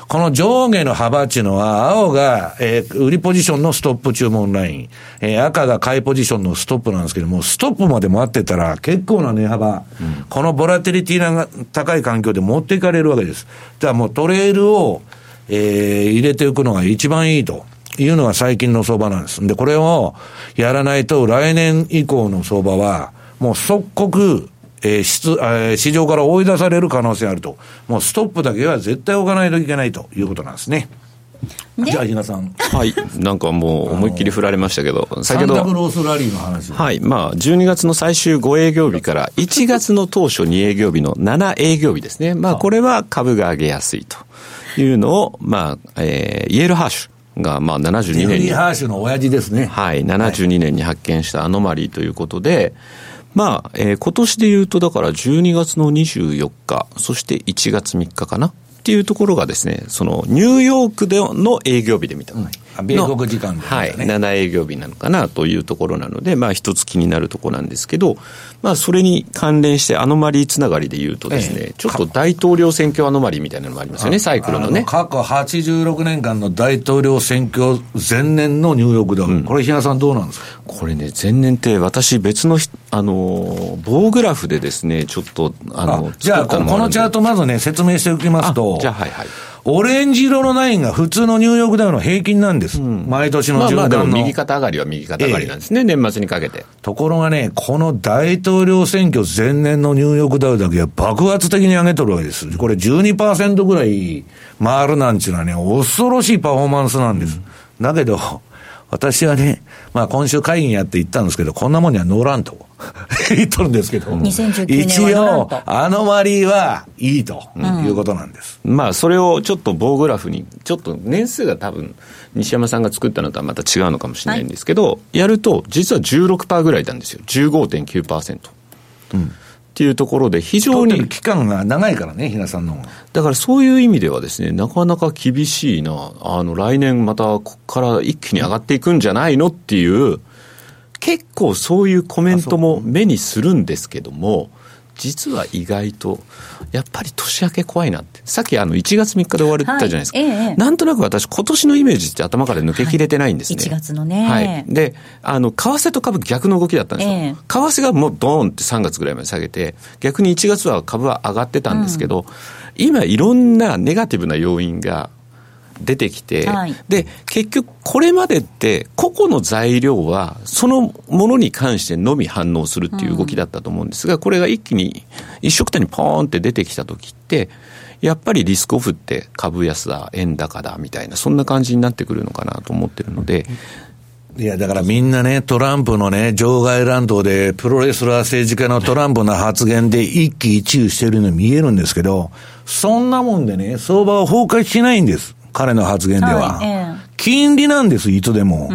この上下の幅っていうのは、青が、えー、売りポジションのストップ注文ライン、えー、赤が買いポジションのストップなんですけども、ストップまで待ってたら結構な値幅、うん、このボラティリティが高い環境で持っていかれるわけです。だからもうトレールを、えー、入れていくのが一番いいというのが最近の相場なんです。で、これをやらないと来年以降の相場はもう即刻えー、市, えー、市場から追い出される可能性あると。もうストップだけは絶対置かないといけないということなんですね。じゃあ比嘉さん、 はい、なんかもう思いっきり振られましたけど、 先ほどサンダブロースラリーの話、 はい、まあじゅうにがつの最終ご営業日からいちがつの当初に営業日のなな営業日ですね。まあこれは株が上げやすいというのを、まあ、えー、イエールハーシュがまあななじゅうにねんに、 イエールハーシュの親父ですね。 はい、ななじゅうにねんに発見したアノマリーということで、まあ、えー、今年で言うとだからじゅうにがつのにじゅうよっか、そしていちがつみっかかなっていうところがですね、そのニューヨークでの営業日で見た、うん、 米国時間で、ね、 はい、なな営業日なのかなというところなので、まあ一つ気になるところなんですけど、まあそれに関連してアノマリーつながりで言うとですね、ええ、ちょっと大統領選挙アノマリーみたいなのもありますよね、サイクルのね。 過去はちじゅうろくねんかんの大統領選挙前年のニューヨークダウ、うん、これ日嘉さんどうなんですか？ これね、前年って私別のあの棒グラフでですね、ちょっとあのあじゃあこのチャートまずね説明しておきますと、 じゃあはいはい、 オレンジ色のラインが普通のニューヨークダウの平均なんです、うん、毎年の循環の、まあ、まあでも右肩上がりは右肩上がりなんですね、ええ、年末にかけて。 ところがね、この大統領選挙前年のニューヨークダウだけは爆発的に上げとるわけです。これ じゅうにパーセント ぐらい回るなんていうのはね、恐ろしいパフォーマンスなんです、うん、だけど私はね、まあ今週会議やって言ったんですけど、こんなもんには乗らんと言っとるんですけど、 にせんじゅうきゅうねんは一応アノマリーはいいということなんです、 うん、まあそれをちょっと棒グラフにちょっと年数が多分西山さんが作ったのとはまた違うのかもしれないんですけど、はい、やると実は じゅうろくパーセント ぐらいなんですよ。 じゅうごてんきゅうパーセント、うん、っていうところで非常に期間が長いからね、日嘉さんの。 だからそういう意味ではですね、なかなか厳しいな、あの来年またここから一気に上がっていくんじゃないのっていう、結構そういうコメントも目にするんですけども、実は意外とやっぱり年明け怖いなって。さっきあのいちがつみっかで終われたじゃないですか、はい、ええ、なんとなく私今年のイメージって頭から抜けきれてないんですね、 はい、いちがつのね、 はい、であの為替と株逆の動きだったんですよ、ええ、為替がもうドーンってさんがつぐらいまで下げて、逆にいちがつは株は上がってたんですけど、うん、今いろんなネガティブな要因が出てきて、はい、で結局これまでって個々の材料はそのものに関してのみ反応するっていう動きだったと思うんですが、これが一気に一緒くたにポーンって出てきた時って、やっぱりリスクオフって株安だ円高だみたいな、そんな感じになってくるのかなと思ってるので、 いやだからみんなね、トランプのね場外乱闘でプロレスラー政治家のトランプの発言で一喜一憂してるの見えるんですけど、そんなもんでね相場は崩壊しないんです。彼の発言では、はい、えー、金利なんです。いつでも、うん、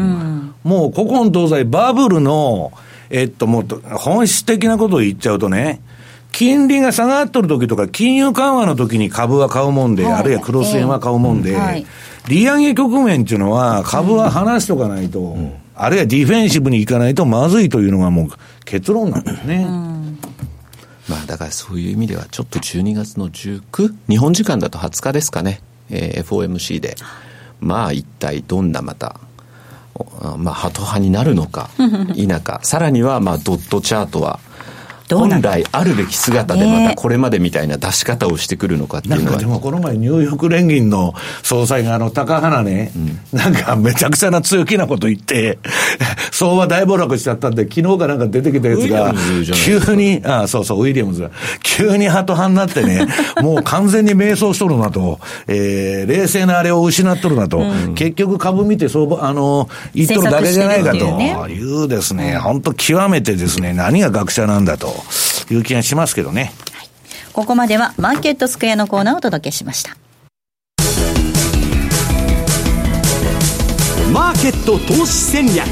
もう古今東西バブルのえっともう本質的なことを言っちゃうとね、金利が下がっとる時とか金融緩和の時に株は買うもんで、はい、あるいはクロス円は買うもんで、えーはい、利上げ局面っていうのは株は離しとかないと、うん、あるいはディフェンシブに行かないとまずいというのがもう結論なんですね、うん、 まあだからそういう意味ではちょっとじゅうにがつのじゅうく、日本時間だとはつかですかね、えー、エフオーエムシー でまあ一体どんなまたまあハト派になるのか否かさらにはまあドットチャートは本来あるべき姿でまたこれまでみたいな出し方をしてくるのかっていうのは、 なんかでもこの前ニューヨーク連銀の総裁があの高花ね、うん、なんかめちゃくちゃな強気なこと言って相場大暴落しちゃったんで、昨日かなんか出てきたやつが急に、ああそうそうウィリアムズが急にハト派になってねもう完全に迷走しとるなと、えー、冷静なあれを失っとるなと、うん、結局株見て相場あの言っとるだけじゃないかというですね、本当極めてですね、何が学者なんだという気がしますけどね、 はい、ここまではマーケットスクエアのコーナーをお届けしました。 マーケット投資戦略。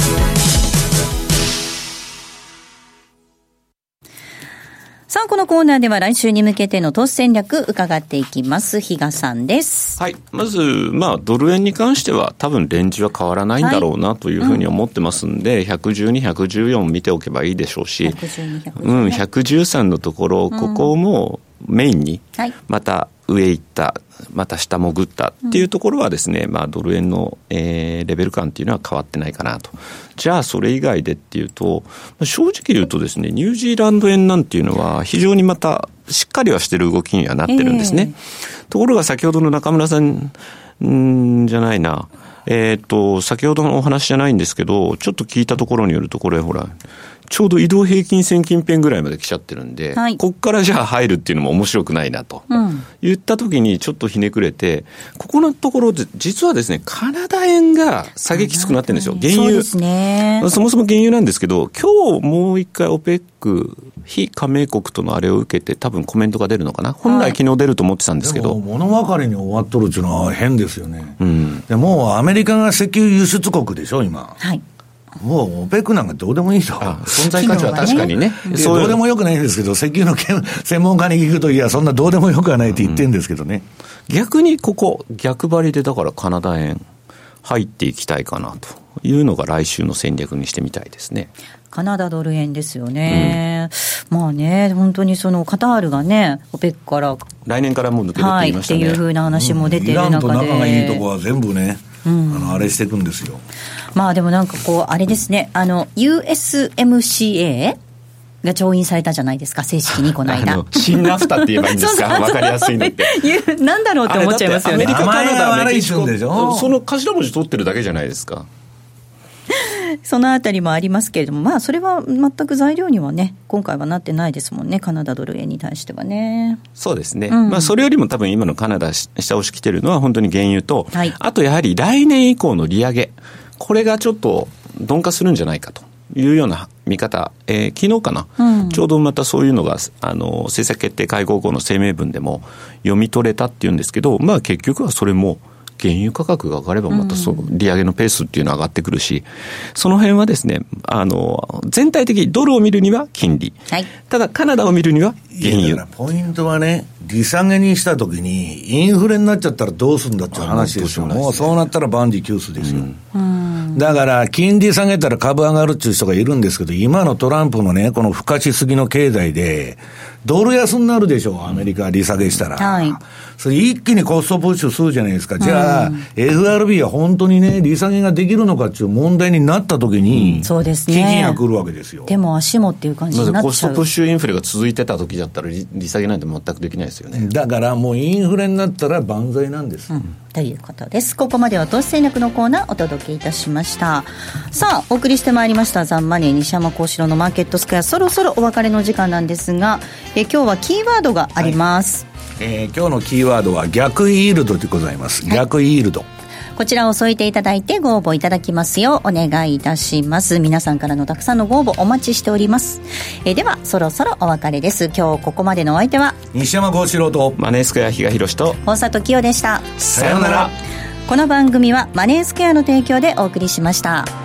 さあこのコーナーでは来週に向けての投資戦略伺っていきます。比嘉さんです。 はい、まずまあドル円に関しては多分レンジは変わらないんだろうなというふうに思ってますんで、はい、うん、ひゃくじゅうに、ひゃくじゅうよん見ておけばいいでしょうし、ひゃくじゅうに、ひゃくじゅうさん、うん、ひゃくじゅうさんのところ、ここもメインにまた上行った、また下潜ったっていうところはですね、うん、まあ、ドル円の、えー、レベル感っていうのは変わってないかなと。じゃあそれ以外でっていうと、正直言うとですね、ニュージーランド円なんていうのは非常にまたしっかりはしてる動きにはなってるんですね、えー、ところが先ほどの中村さんんじゃないなえっと先ほどのお話じゃないんですけど、ちょっと聞いたところによると、これほらちょうど移動平均線近辺ぐらいまで来ちゃってるんで、はい、こっからじゃあ入るっていうのも面白くないなと、うん、言った時にちょっとひねくれて、ここのところで実はですね、カナダ円が下げきつくなってるんですよ。原油、そうですね、そもそも原油なんですけど、今日もう一回 オペック 非加盟国とのあれを受けて多分コメントが出るのかな。本来昨日出ると思ってたんですけど、 はい、でも物分かりに終わっとるっていうのは変ですよね、うん、でもうアメリカが石油輸出国でしょ今、はい、もうオペックなんかどうでもいいと。 存在価値は確かにね、 ね、そうどうでもよくないんですけど、石油の専門家に聞くと、いやそんなどうでもよくはないって言ってるんですけどね、 うん、逆にここ逆張りで、だからカナダ円入っていきたいかなというのが来週の戦略にしてみたいですね。 カナダドル円ですよね、うん、まあね、本当にそのカタールがね、オペックから来年からもう抜けるって言いましたね、 はい、っていう風な話も出てる中で、うん、イランと仲がいいとこは全部ね、うん、あのあれしていくんですよ。 まあでもなんかこうあれですね、あの ユーエスエムシーエー が調印されたじゃないですか、正式にこの間。あの新ナフタって言えばいいんですか。分かりやすいのってなんだろうって思っちゃいますよね。 アメリカ、カナダ、メキシコ、その頭文字取ってるだけじゃないですか。 そのあたりもありますけれども、まあそれは全く材料にはね今回はなってないですもんね、カナダドル円に対してはね。 そうですね、うん、まあ、それよりも多分今のカナダ下押し来てるのは本当に原油と、はい、あとやはり来年以降の利上げ、これがちょっと鈍化するんじゃないかというような見方、えー、昨日かな、うん、ちょうどまたそういうのがあの政策決定会合後の声明文でも読み取れたっていうんですけど、まあ結局はそれも原油価格が上がればまたそう利上げのペースっていうのは上がってくるし、その辺はですね、あの全体的にドルを見るには金利、はい、ただカナダを見るには原油。 ポイントはね、利下げにしたときにインフレになっちゃったらどうするんだっていう話ですよ。もうそうなったら万事休すですよ、うん、だから金利下げたら株上がるっていう人がいるんですけど、今のトランプのねこの不可しすぎの経済でドル安になるでしょう、アメリカ利下げしたら、はい、それ一気にコストプッシュするじゃないですか。じゃあ、うん、エフアールビー は本当にね利下げができるのかっていう問題になった時に、うん、そうですね、危機が来るわけですよ。 でも足もっていう感じになっちゃう。 まずコストプッシュインフレが続いてた時だったら 利, 利下げなんて全くできないですよね。 だからもうインフレになったら万歳なんです、うん、 ということです。ここまでは投資戦略のコーナーお届けいたしました。さあお送りしてまいりましたザンマネー西山幸四郎のマーケットスクエア、そろそろお別れの時間なんですが、え今日はキーワードがあります、 はい、えー、今日のキーワードは逆イールドでございます、はい、逆イールド、 こちらを添えていただいてご応募いただきますようお願いいたします。皆さんからのたくさんのご応募お待ちしております。えー、ではそろそろお別れです。今日ここまでのお相手は西山幸四郎とマネースクエア比嘉宏と大里清でした。 さようなら。 この番組はマネースクエアの提供でお送りしました。